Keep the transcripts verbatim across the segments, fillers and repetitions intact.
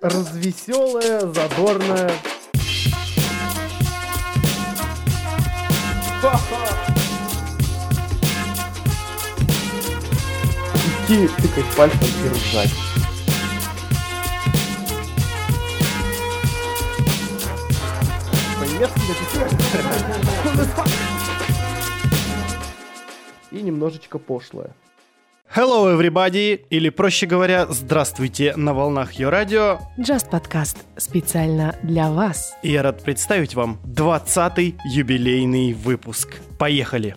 развеселая, задорная. Идти, тыкать пальцем и ржать. И немножечко пошлое. Hello, everybody, или, проще говоря, здравствуйте на волнах Йо Радио. Just подкаст специально для вас. И я рад представить вам двадцатый юбилейный выпуск. Поехали!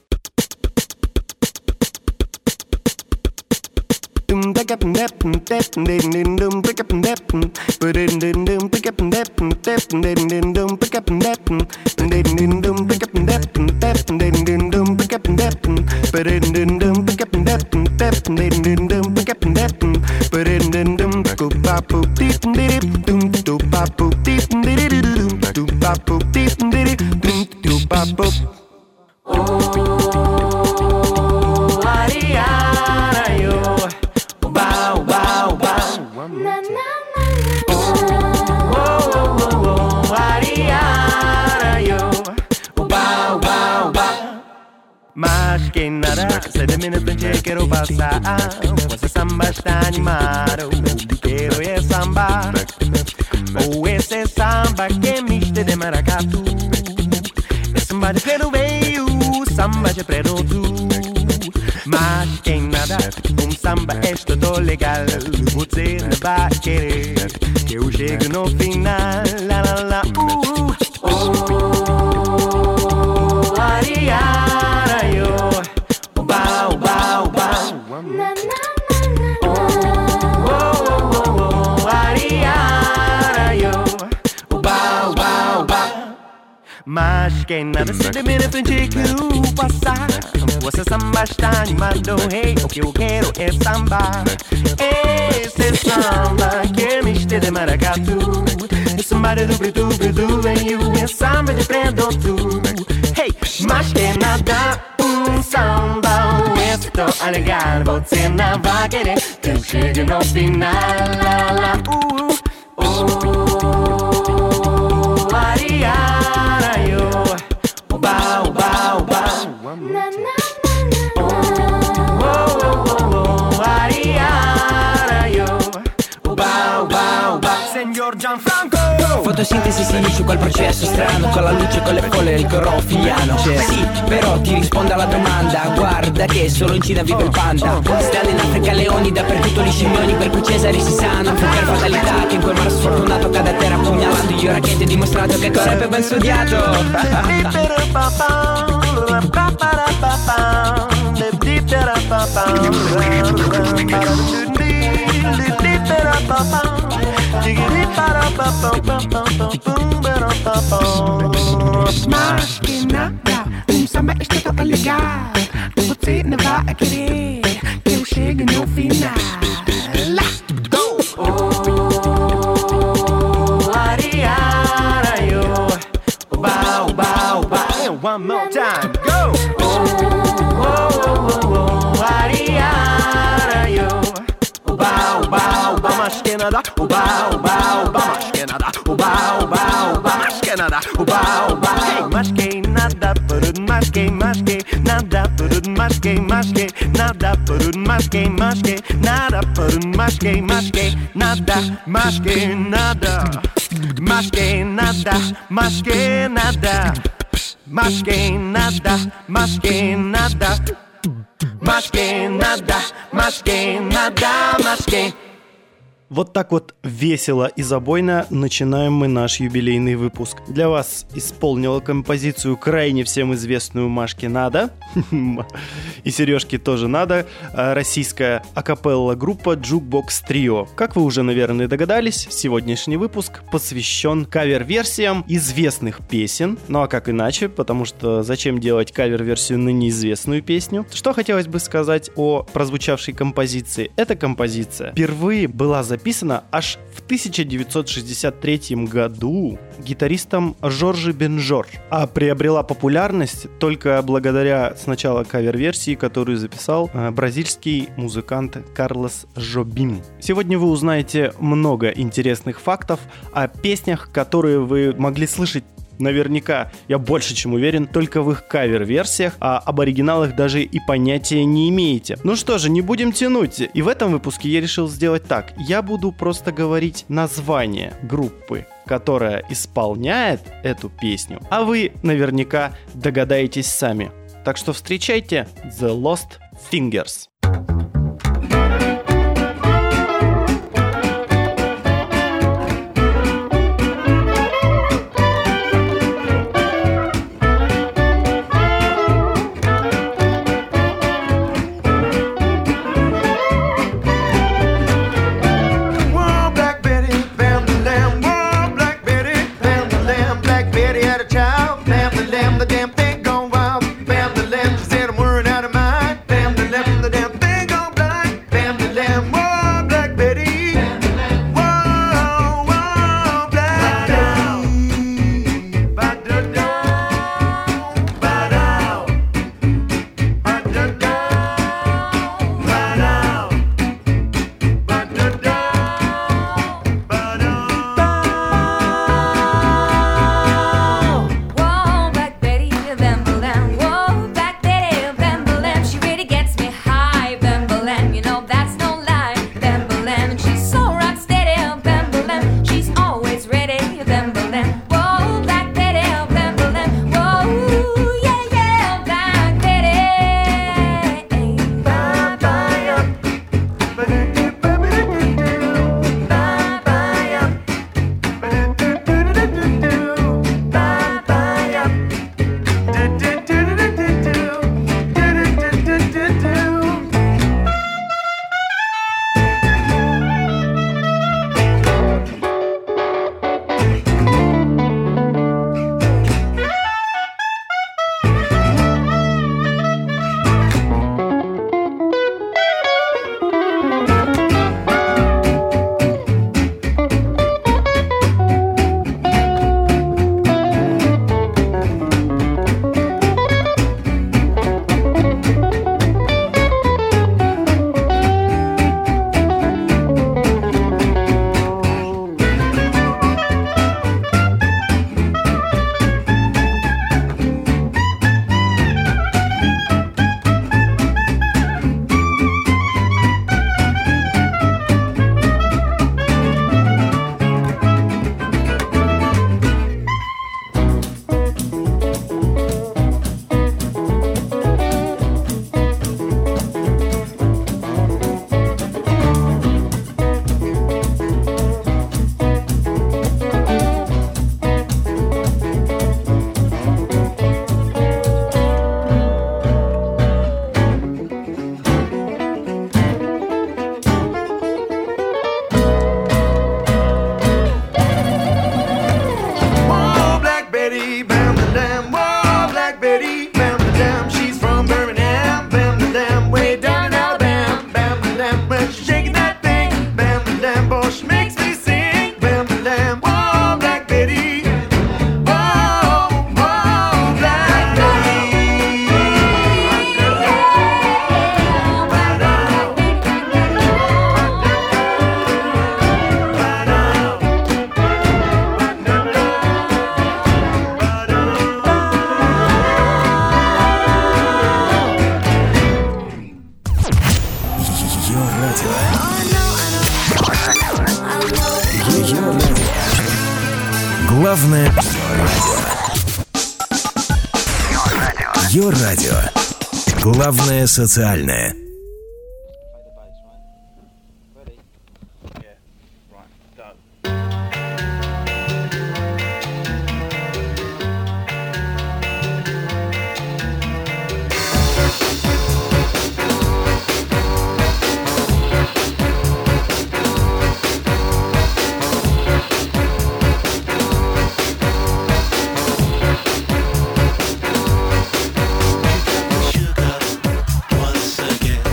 Mas que nada, sete minutos que quiero pasar. Pues el samba está animado, quiero ir samba. Oh, ese samba que miste de maracatu. Es samba de preto veio, samba de preto tu. Mas que nada, um samba é todo legal. Você não vai querer que eu chegue no final. La la la, uh, oh, Ariana. Mas que nada se termina frente que eu passar. Você samba está animado, hey, o que eu quero é samba. Esse samba que me estende de maracatu. É samba de dublu dublu veio, é samba de preto tu. Hey, mas que nada, um samba, esse tô legal. Você não vai querer que eu chegue no final. La, la, uh, oh, Ariana. Fotosintesi si dice quel processo strano, con la luce, con le folle del clorofiliano. Sì, però ti rispondo alla domanda. Guarda che solo in Cina vive il panda. Stanno in Africa leoni, dappertutto gli scimmioni. Per cui Cesari si sanno, fu per fatalità che in quel mare sfortunato cade a terra pugnalando. Io racchete dimostrato che corre ben studiato. Mas que nada, um samba é todo legal. Você não vai querer que eu chegue no final. Oh, Ariana, yo, bow, bow, bow. One more time, go. Oh, oh, oh, oh, Ariana, yo, bow, bow, bow. Mas que nada, o bow, bow, bow. Mas que nada, o bow, bow, bow. Mas que nada, o bow, bow. Mas que nada, mas que, mas que nada, mas que, mas que nada, mas que, mas que nada, mas que, mas que nada, mas que nada, mas que nada, mas que nada, mas que nada, mas que nada, mas que nada, mas que nada, mas que. Вот так вот весело и забойно начинаем мы наш юбилейный выпуск. Для вас исполнила композицию крайне всем известную Машке надо. И Сережке тоже надо. Российская акапелла группа Jukebox Trio. Как вы уже, наверное, догадались, сегодняшний выпуск посвящен кавер-версиям известных песен. Ну а как иначе, потому что зачем делать кавер-версию на неизвестную песню? Что хотелось бы сказать о прозвучавшей композиции? Эта композиция впервые была записана записана аж в тысяча девятьсот шестьдесят третьем году гитаристом Жоржи Бенжор, а приобрела популярность только благодаря сначала кавер-версии, которую записал э, бразильский музыкант Карлос Жобим. Сегодня вы узнаете много интересных фактов о песнях, которые вы могли слышать наверняка, я больше чем уверен, только в их кавер-версиях, а об оригиналах даже и понятия не имеете. Ну что же, не будем тянуть. И в этом выпуске я решил сделать так. Я буду просто говорить название группы, которая исполняет эту песню, а вы наверняка догадаетесь сами. Так что встречайте The Lost Fingers. Главное Йо-радио. Главное социальное. Sugar once again.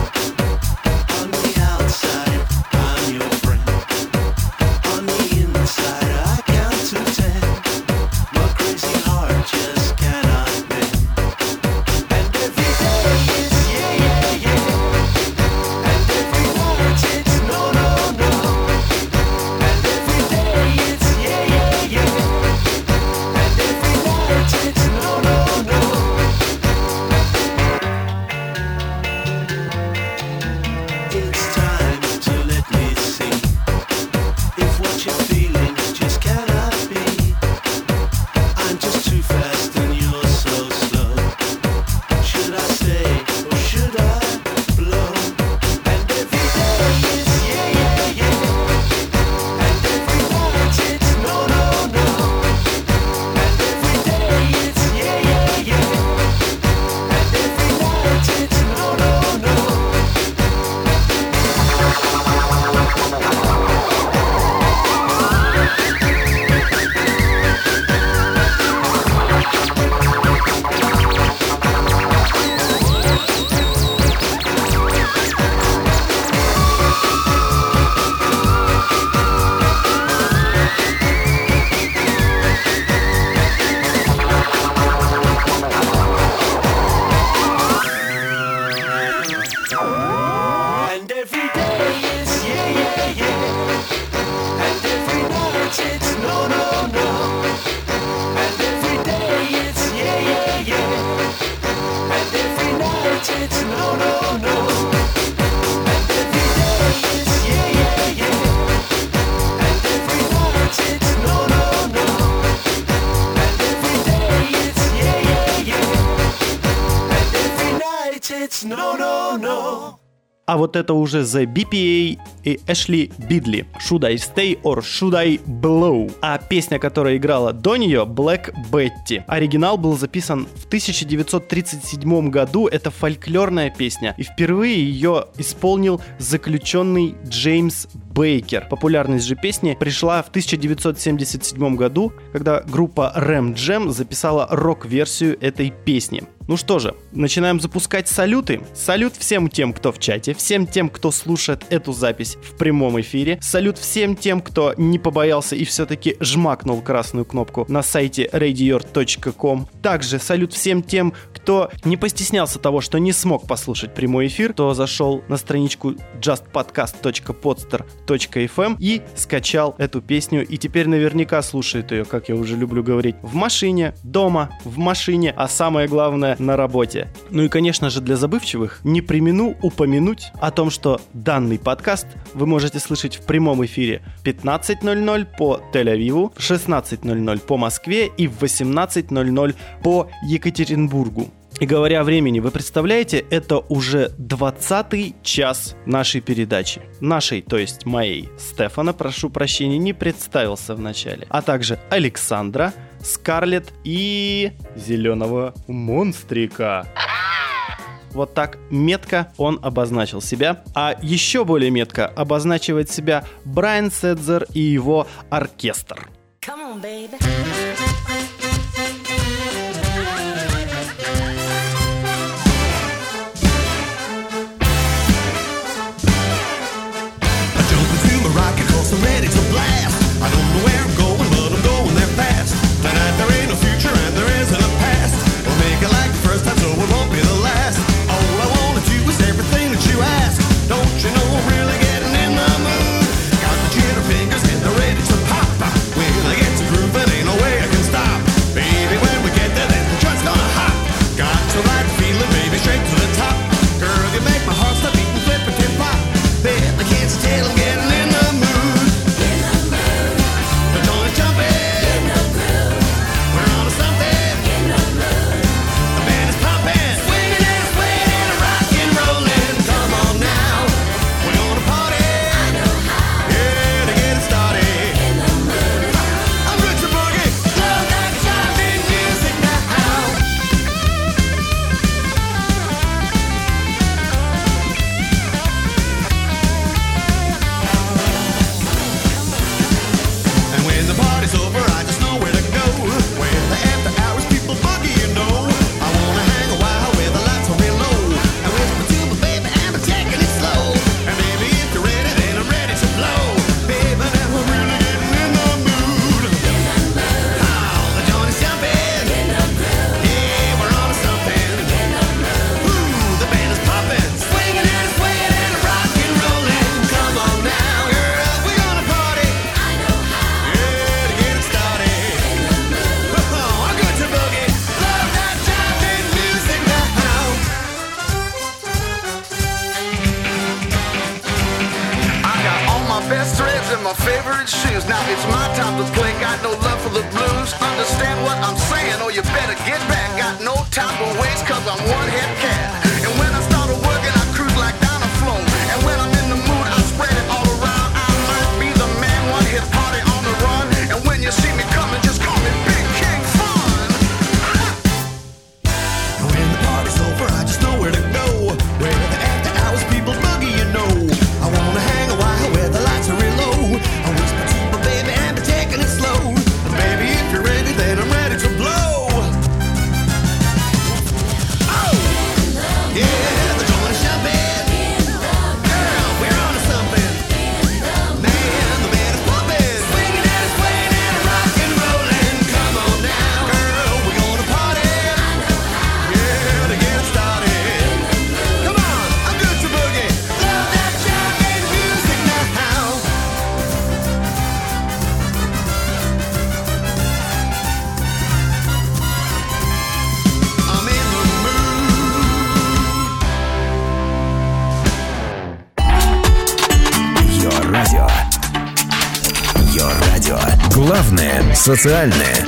А вот это уже The би пи эй и Эшли Бидли. Should I Stay or Should I Blow? А песня, которая играла до нее, Black Betty. Оригинал был записан в тысяча девятьсот тридцать седьмом году. Это фольклорная песня. И впервые ее исполнил заключенный Джеймс Бейкер. Популярность же песни пришла в тысяча девятьсот семьдесят седьмом году, когда группа Ram Jam записала рок-версию этой песни. Ну что же, начинаем запускать салюты. Салют всем тем, кто в чате, всем тем, кто слушает эту запись в прямом эфире. Салют всем тем, кто не побоялся и все-таки жмакнул красную кнопку на сайте радиор точка ком. Также салют всем тем, кто не постеснялся того, что не смог послушать прямой эфир, кто зашел на страничку джаст подкаст точка подстер точка эф эм и скачал эту песню, и теперь наверняка слушает ее, как я уже люблю говорить, в машине, дома, в машине, а самое главное, на работе. Ну и, конечно же, для забывчивых не премину упомянуть о том, что данный подкаст вы можете слышать в прямом эфире в пятнадцать ноль ноль по Тель-Авиву, в шестнадцать ноль ноль по Москве и в восемнадцать ноль ноль по Екатеринбургу. И говоря о времени, вы представляете, это уже двадцатый час нашей передачи. Нашей, то есть моей. Стефана, прошу прощения, не представился в начале. А также Александра, Скарлетт и зеленого монстрика. Вот так метко он обозначил себя. А еще более метко обозначивает себя Брайан Седзер и его оркестр. Come on, baby. I'm ready to blast. I don't know where I'm going, but I'm going there fast. Tonight there ain't no future and there isn't a past. We'll make it like the first time so it won't be the last. All I wanna do is everything that you ask. Don't you know I'm really getting in the mood? Got the jitter fingers and they're ready to pop. When I get to grooving, ain't no way I can stop. Baby, when we get there, then the joint's gonna hop. Got to ride the feeling, baby, straight to the top. Girl, you make my heart stop beating, flip and tip pop. Baby, I can't stay till I'm getting in the mood. Главное социальное.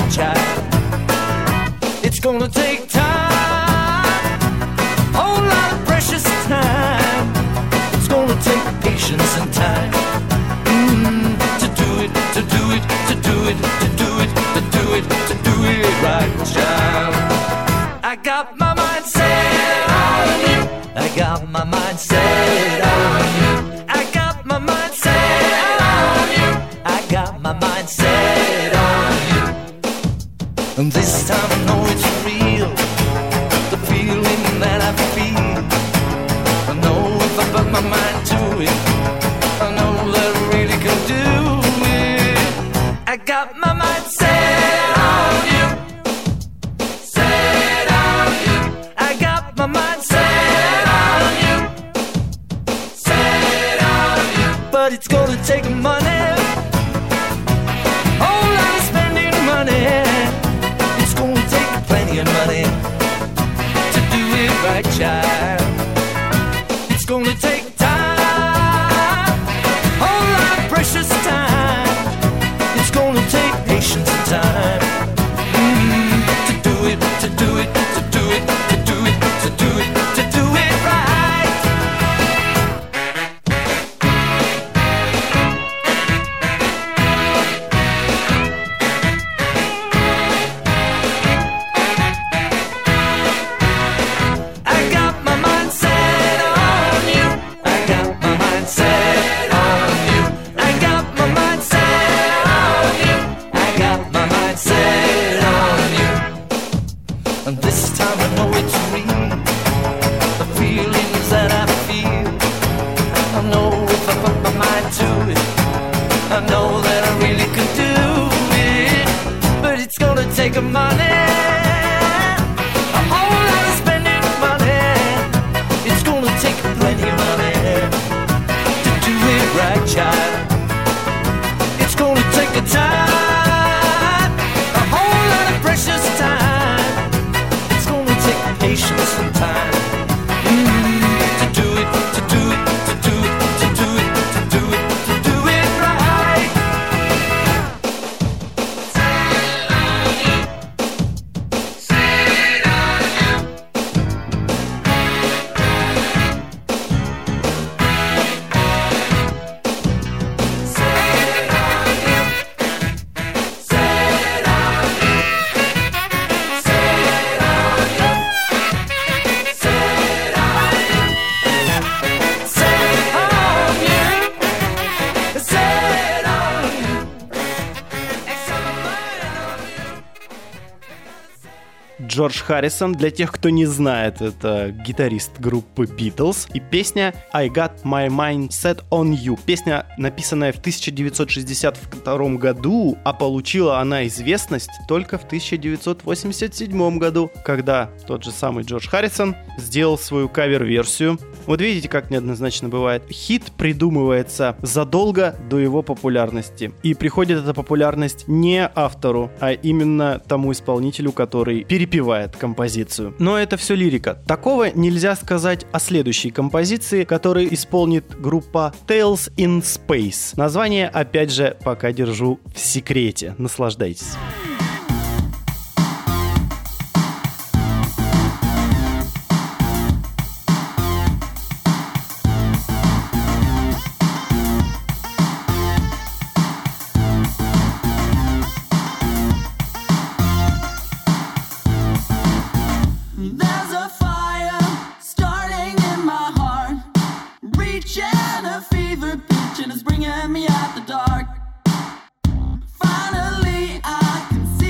right, child. It's gonna take time, a whole lot of precious time. It's gonna take patience and time mm, to do it, to do it, to do it, to do it, to do it, to do it right, child. I got my mind set on you. I got my mind set on you. I got my mind set on you. I got my mind set on you. And this time I know it's real, the feeling that I feel. I know if I put my mind to it, I know that I really can do it. I got my mind set on you, set on you. I got my mind set on you, set on you. But it's gonna take money, whole lot of spending money. It's gonna take plenty of money to do it right, child. It's gonna take time, whole lot of precious time. It's gonna take patience and time mm, to do it, to do it, to do it, to do it, to do it, to do it right. I got my mind set on you. I got my mind set on you. I got my mind set on you. I got my mind set on you. And this time I know it's real, the feelings that I feel. I know if I put my mind to it, I know that I really can do it. But it's gonna take a money, a whole lot of spending money. It's gonna take plenty of money to do it right, child. It's gonna take a time, a whole lot of precious time. It's gonna take patience and time mm, to do it, to do it, to do it, to do it, to do it, to do it right. Set on you, set on you. Set on you, set on you, set on you, set on you, set on you, set on you. Джордж Харрисон, для тех, кто не знает, это гитарист группы Beatles, и песня I Got My Mind Set On You. Песня, написанная в тысяча девятьсот шестьдесят втором году, а получила она известность только в тысяча девятьсот восемьдесят седьмом году, когда тот же самый Джордж Харрисон сделал свою кавер-версию. Вот видите, как неоднозначно бывает. Хит придумывается задолго до его популярности. И приходит эта популярность не автору, а именно тому исполнителю, который перепевает композицию. Но это все лирика. Такого нельзя сказать о следующей композиции, которую исполнит группа Tales in Space. Название, опять же, пока держу в секрете. Наслаждайтесь. There's a fire starting in my heart, reaching a fever pitch and it's bringing me out the dark. Finally I can see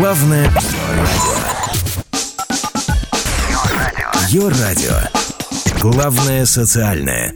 Главное Йо-радио. Главное социальное.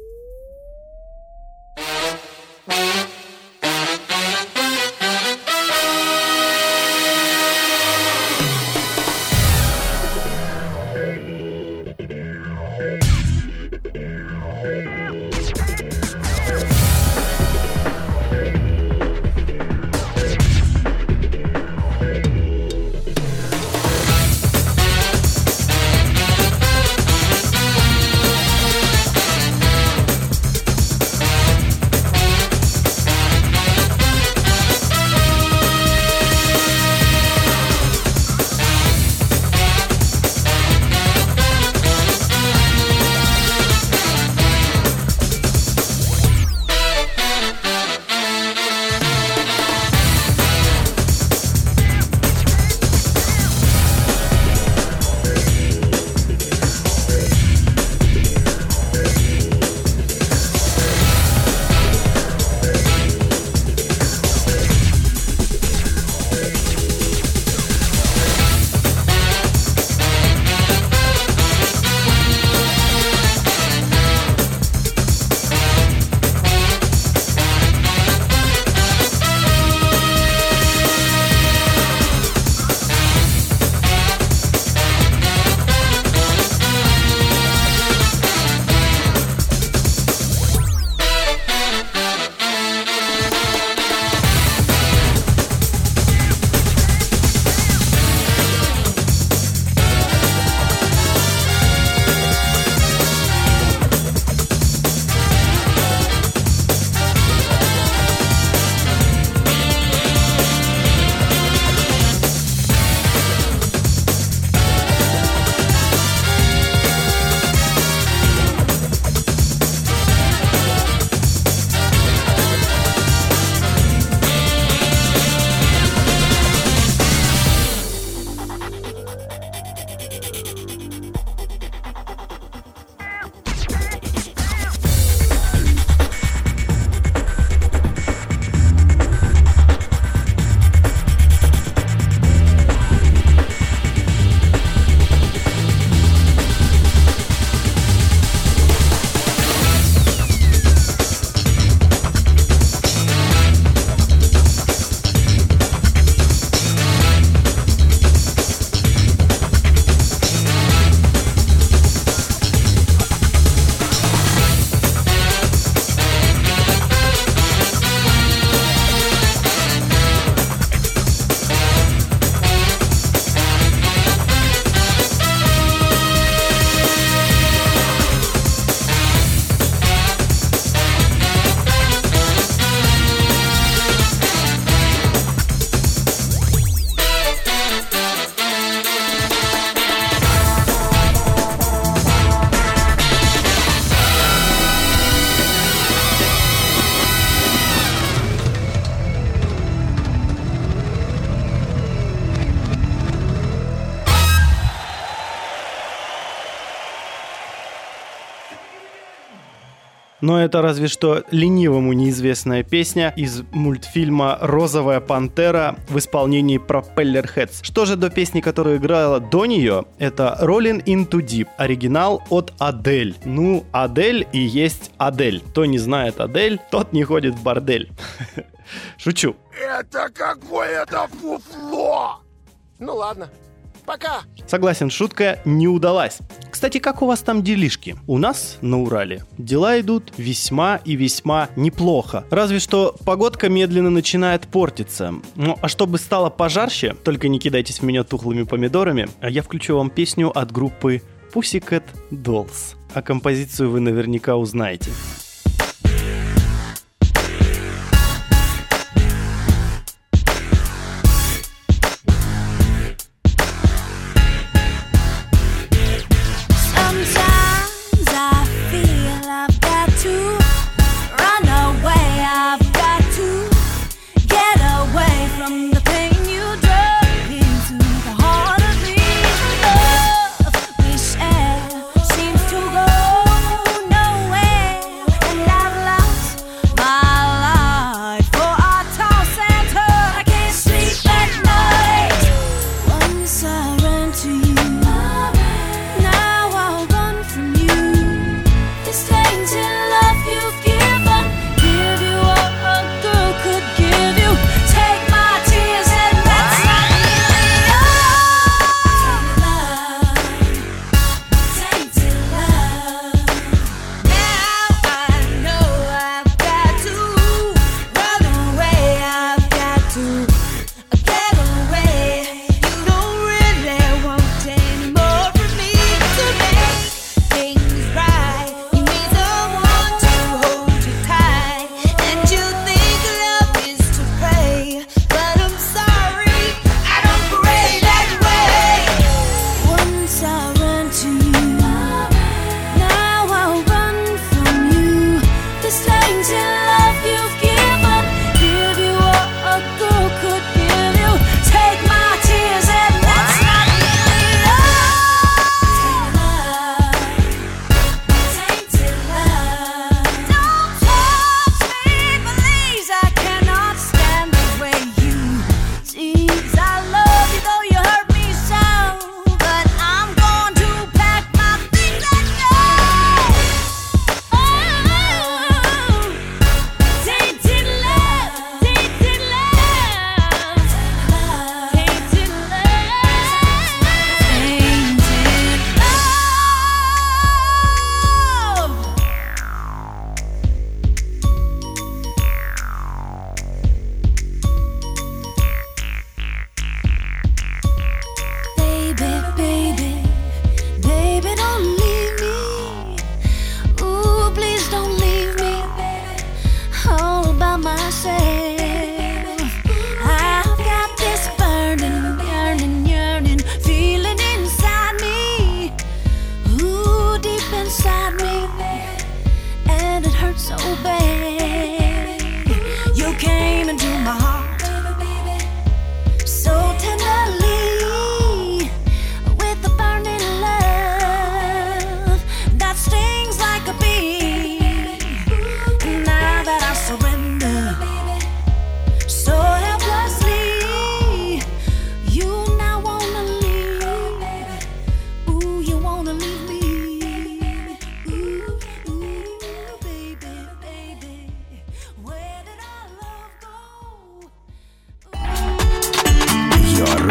Но это разве что ленивому неизвестная песня из мультфильма «Розовая пантера» в исполнении Propeller Heads. Что же до песни, которая играла до нее, это Rolling in Too Deep, оригинал от Адель. Ну, Адель и есть Адель. Кто не знает Адель, тот не ходит в бордель. Шучу. Это какое-то фуфло! Ну ладно. Пока! Согласен, шутка не удалась. Кстати, как у вас там делишки? У нас на Урале дела идут весьма и весьма неплохо. Разве что погодка медленно начинает портиться. Ну, а чтобы стало пожарще, только не кидайтесь в меня тухлыми помидорами, а я включу вам песню от группы Pussycat Dolls. А композицию вы наверняка узнаете. Seems to go nowhere.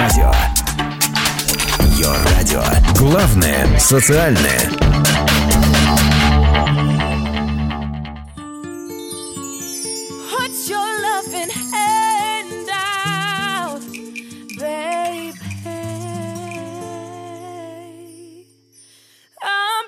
радио. Йо радио. Главное социальное. Put your loving hand out, baby. I'm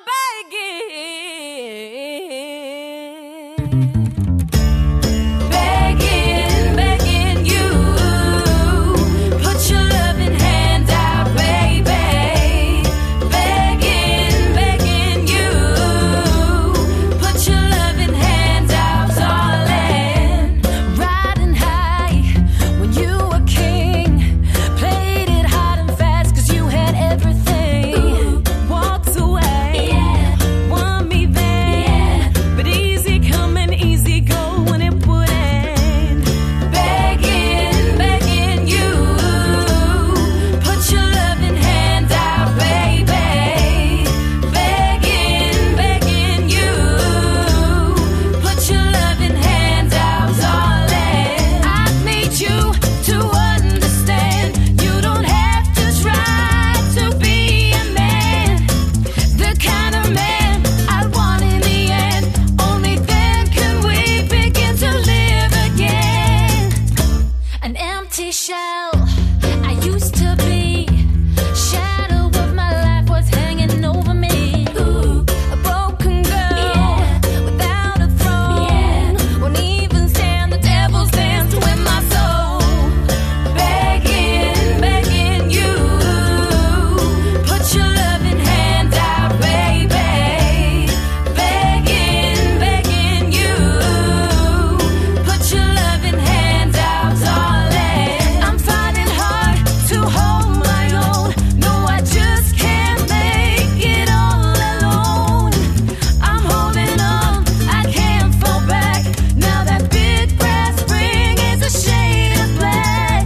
begging, begging, begging you. Put your loving hand out, baby. Begging, begging you. Put your loving hand out, darling. Riding high when you were king. Played it hard and fast 'cause you had everything. Walked away, want me then. But easy come and easy go when it wouldn't. Begging, begging you. Put your loving hand out, baby. Begging, begging you. Put your loving hand out, darling. I need you to understand. You don't have to try to be a man, the kind of man I want in the end. Only then can we begin to live again. An empty shell I used to be. Shadow of my life was hanging over me. Ooh, a broken girl without a throne. Won't even stand the devil's dance with my soul. Begging, begging you. Put your loving hand out, baby. Begging, begging you. Put your loving hand out, darling. I'm fighting hard to hold my own. No, I just can't make it all alone. I'm holding on, I can't fall back. Now that big brass ring is a shade of black.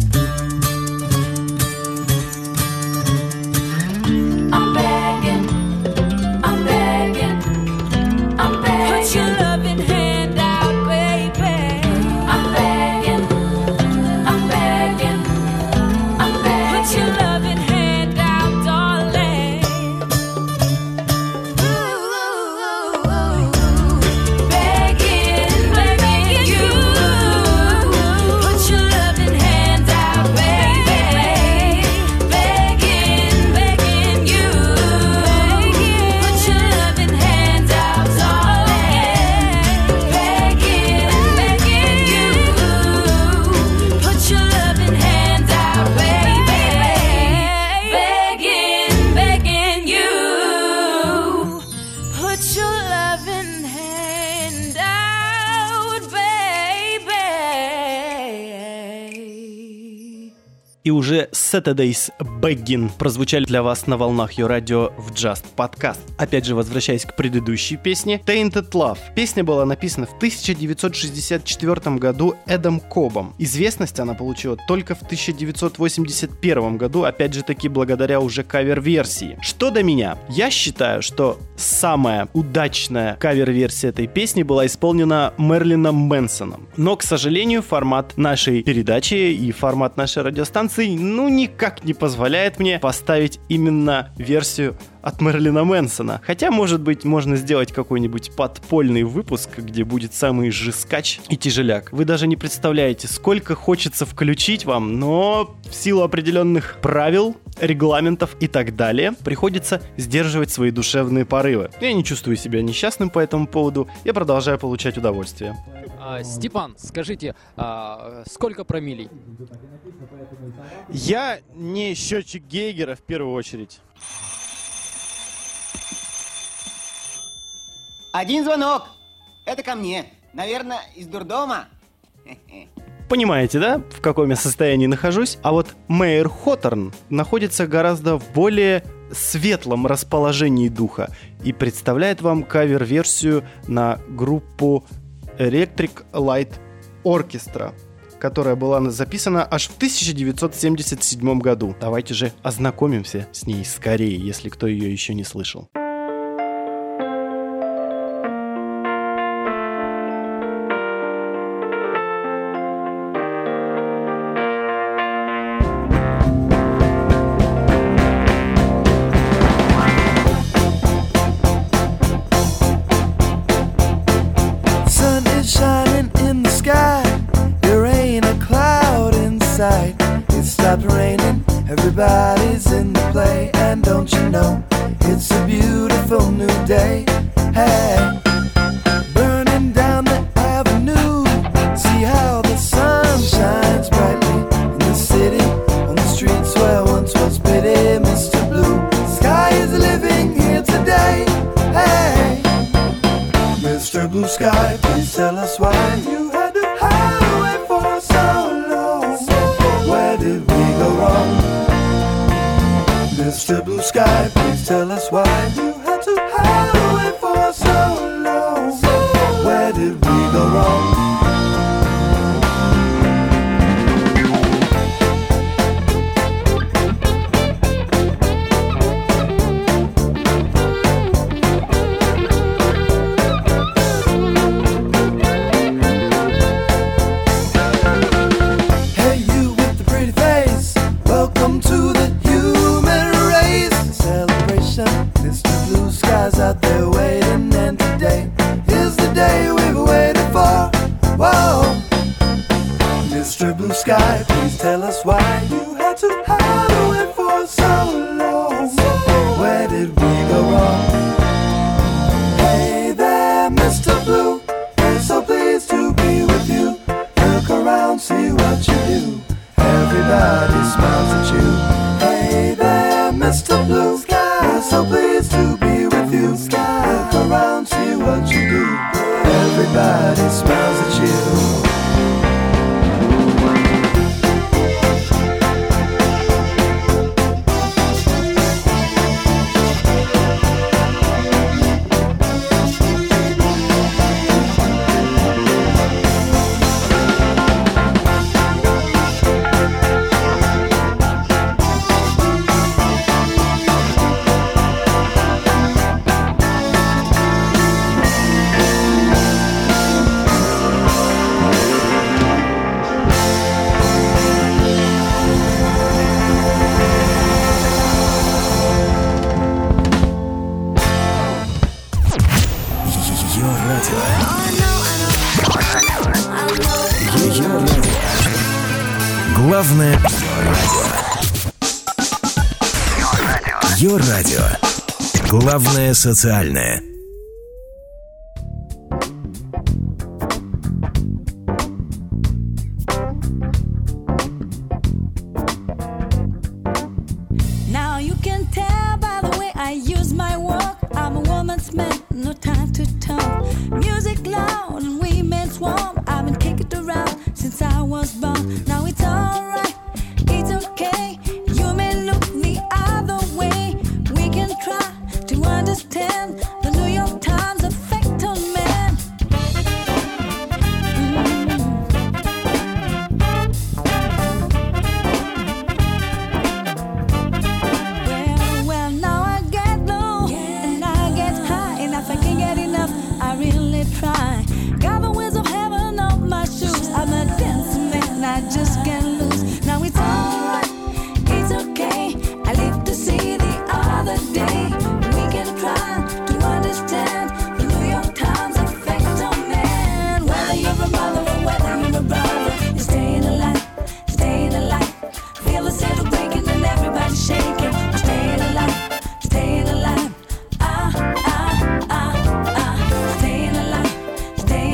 I'm begging, I'm begging, I'm begging. Put your loving hand out, baby. I'm begging, I'm begging, I'm begging. Put your loving hand out, darling. Ooh, begging, begging you. Put your loving hand out, baby. Begging, begging you. Put your loving hand out, darling. Begging, begging you. Put your loving hand out, baby. Begging, begging you. Put your loving hand out, baby. И уже Saturday's Begging прозвучали для вас на волнах Йо радио в Just Podcast. Опять же, возвращаясь к предыдущей песне, Tainted Love. Песня была написана в тысяча девятьсот шестьдесят четвёртом году Эдом Кобом. Известность она получила только в тысяча девятьсот восемьдесят первом году, опять же таки благодаря уже кавер-версии. Что до меня, я считаю, что самая удачная кавер-версия этой песни была исполнена Мерлином Мэнсоном. Но, к сожалению, формат нашей передачи и формат нашей радиостанции ну никак не позволяет мне поставить именно версию от Мерлина Мэнсона. Хотя, может быть, можно сделать какой-нибудь подпольный выпуск, где будет самый жескач и тяжеляк. Вы даже не представляете, сколько хочется включить вам, но в силу определенных правил, регламентов и так далее, приходится сдерживать свои душевные порывы. Я не чувствую себя несчастным по этому поводу, я продолжаю получать удовольствие. А, Степан, скажите, а, сколько промиллей? Я не счетчик Гейгера в первую очередь. Один звонок. Это ко мне. Наверное, из дурдома. Понимаете, да, в каком я состоянии нахожусь? А вот Мэйр Хоторн находится гораздо в более светлом расположении духа и представляет вам кавер-версию на группу Electric Light Orchestra, которая была записана аж в тысяча девятьсот семьдесят седьмом году. Давайте же ознакомимся с ней скорее, если кто ее еще не слышал. is shining in the sky. There ain't a cloud in sight. It stopped raining, everybody's in the play. And don't you know, it's a beautiful new day. Hey, burning down the avenue. See how the sun shines brightly in the city, on the streets where once was pity. Mister Blue, sky is living here today. Hey, Mister Blue Sky, please tell us why you had to hide away for so long. Where did we go wrong? Mister Blue Sky, please tell us why you had to hide away for so long. Where did we go wrong? Out there waiting, and today is the day we've waited for. Whoa, Mister Blue Sky, please tell us why you had to hide away for so long. Where did we go wrong? Hey there, Mister Blue, we're so pleased to be with you. Look around, see what you do. Everybody smiles at you. Hey there, Mister Blue, we're so pleased to be with you. Look around, see what you do. Everybody smiles at you. Главное Йо-радио. Главное социальное. Now you can tell by the way I use my walk, I'm a woman's man, no time to talk. Music loud and women's warm, I've been kicking it around since I was born. Now it's alright, it's okay. You may look the other way. We can try to understand the New York Times effect on men. Well, well, now I get low and I get high, and if I can't get enough, I really try. Got the wheels of heaven on my shoes. I'm a dancing man, I just can't lose. Now it's alright, it's okay. I live to see the other day. We can try to understand the New York Times effect on man. Whether you're a mother or whether you're a brother, you're staying alive, staying alive. Feel the center breaking and everybody shaking. We're staying alive, staying alive. Ah, ah, ah, ah. Staying alive, staying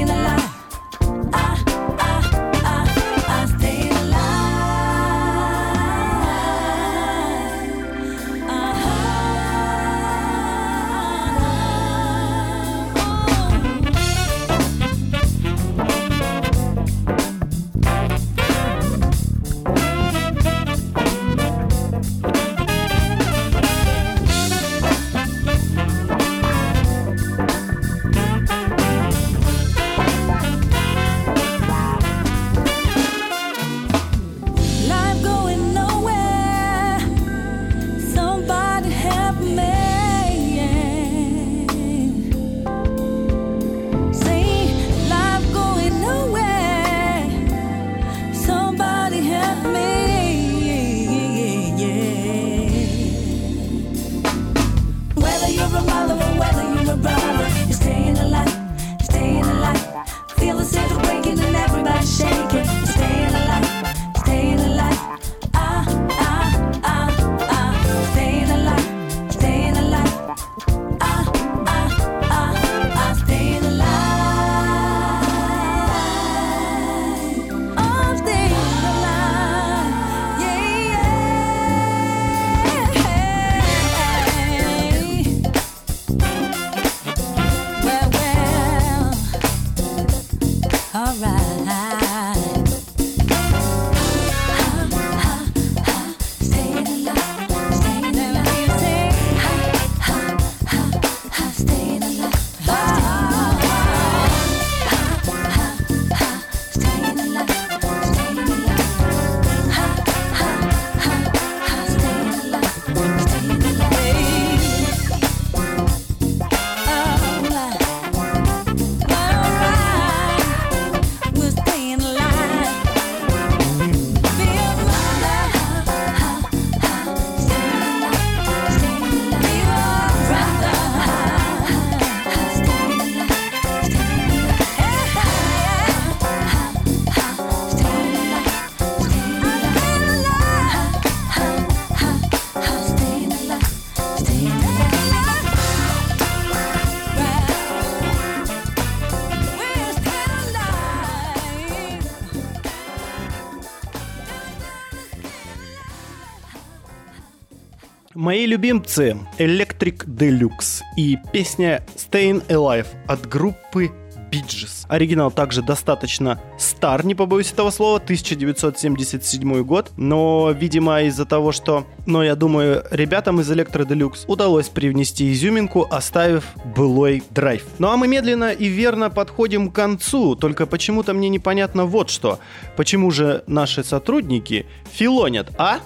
Мои любимцы Electric Deluxe и песня Staying Alive от группы Bee Gees. Оригинал также достаточно стар, не побоюсь этого слова, тысяча девятьсот семьдесят седьмой год, но, видимо, из-за того, что, но я думаю, ребятам из Electric Deluxe удалось привнести изюминку, оставив былой драйв. Ну а мы медленно и верно подходим к концу, только почему-то мне непонятно вот что. Почему же наши сотрудники филонят, а?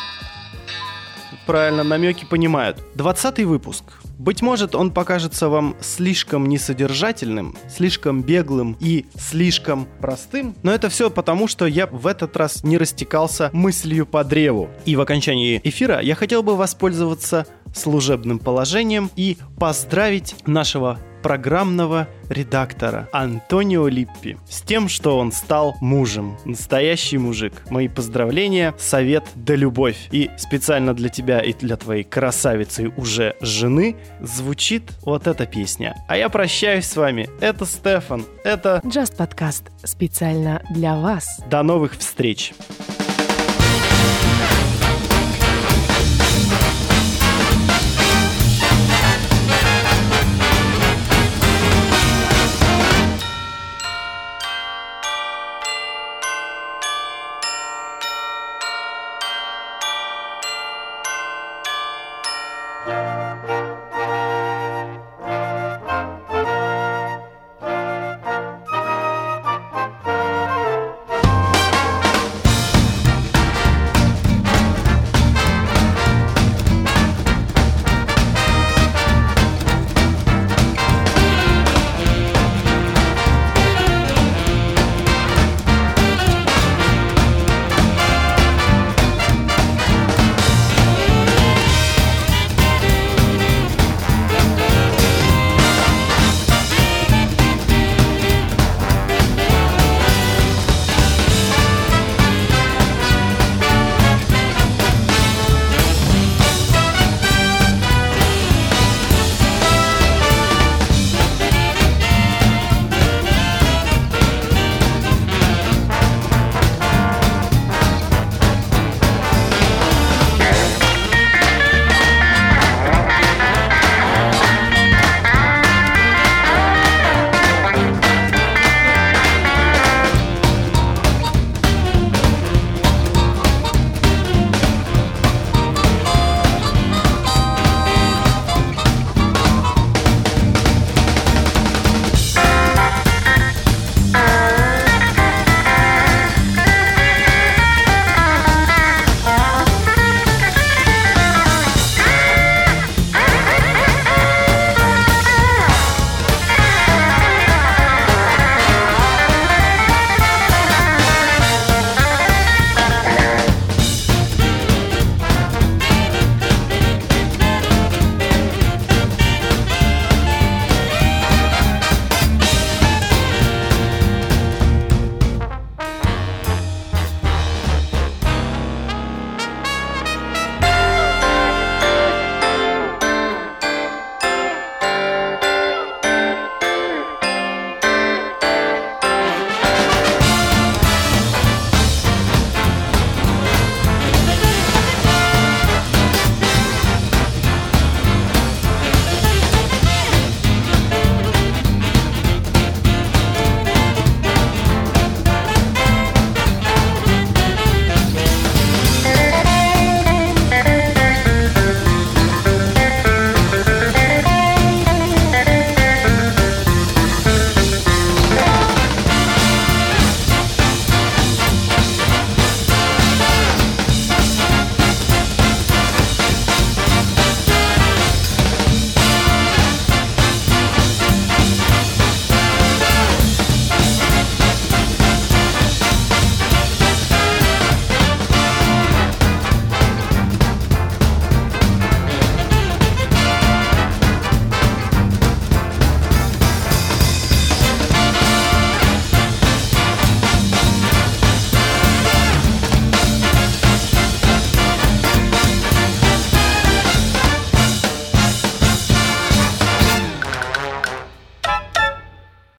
Правильно, намеки понимают. двадцатый выпуск. Быть может, он покажется вам слишком несодержательным, слишком беглым и слишком простым, но это все потому, что я в этот раз не растекался мыслью по древу. И в окончании эфира я хотел бы воспользоваться служебным положением и поздравить нашего программного редактора Антонио Липпи с тем, что он стал мужем. Настоящий мужик. Мои поздравления, совет да любовь. И специально для тебя и для твоей красавицы уже жены звучит вот эта песня. А я прощаюсь с вами. Это Стефан. Это Just Podcast специально для вас. До новых встреч.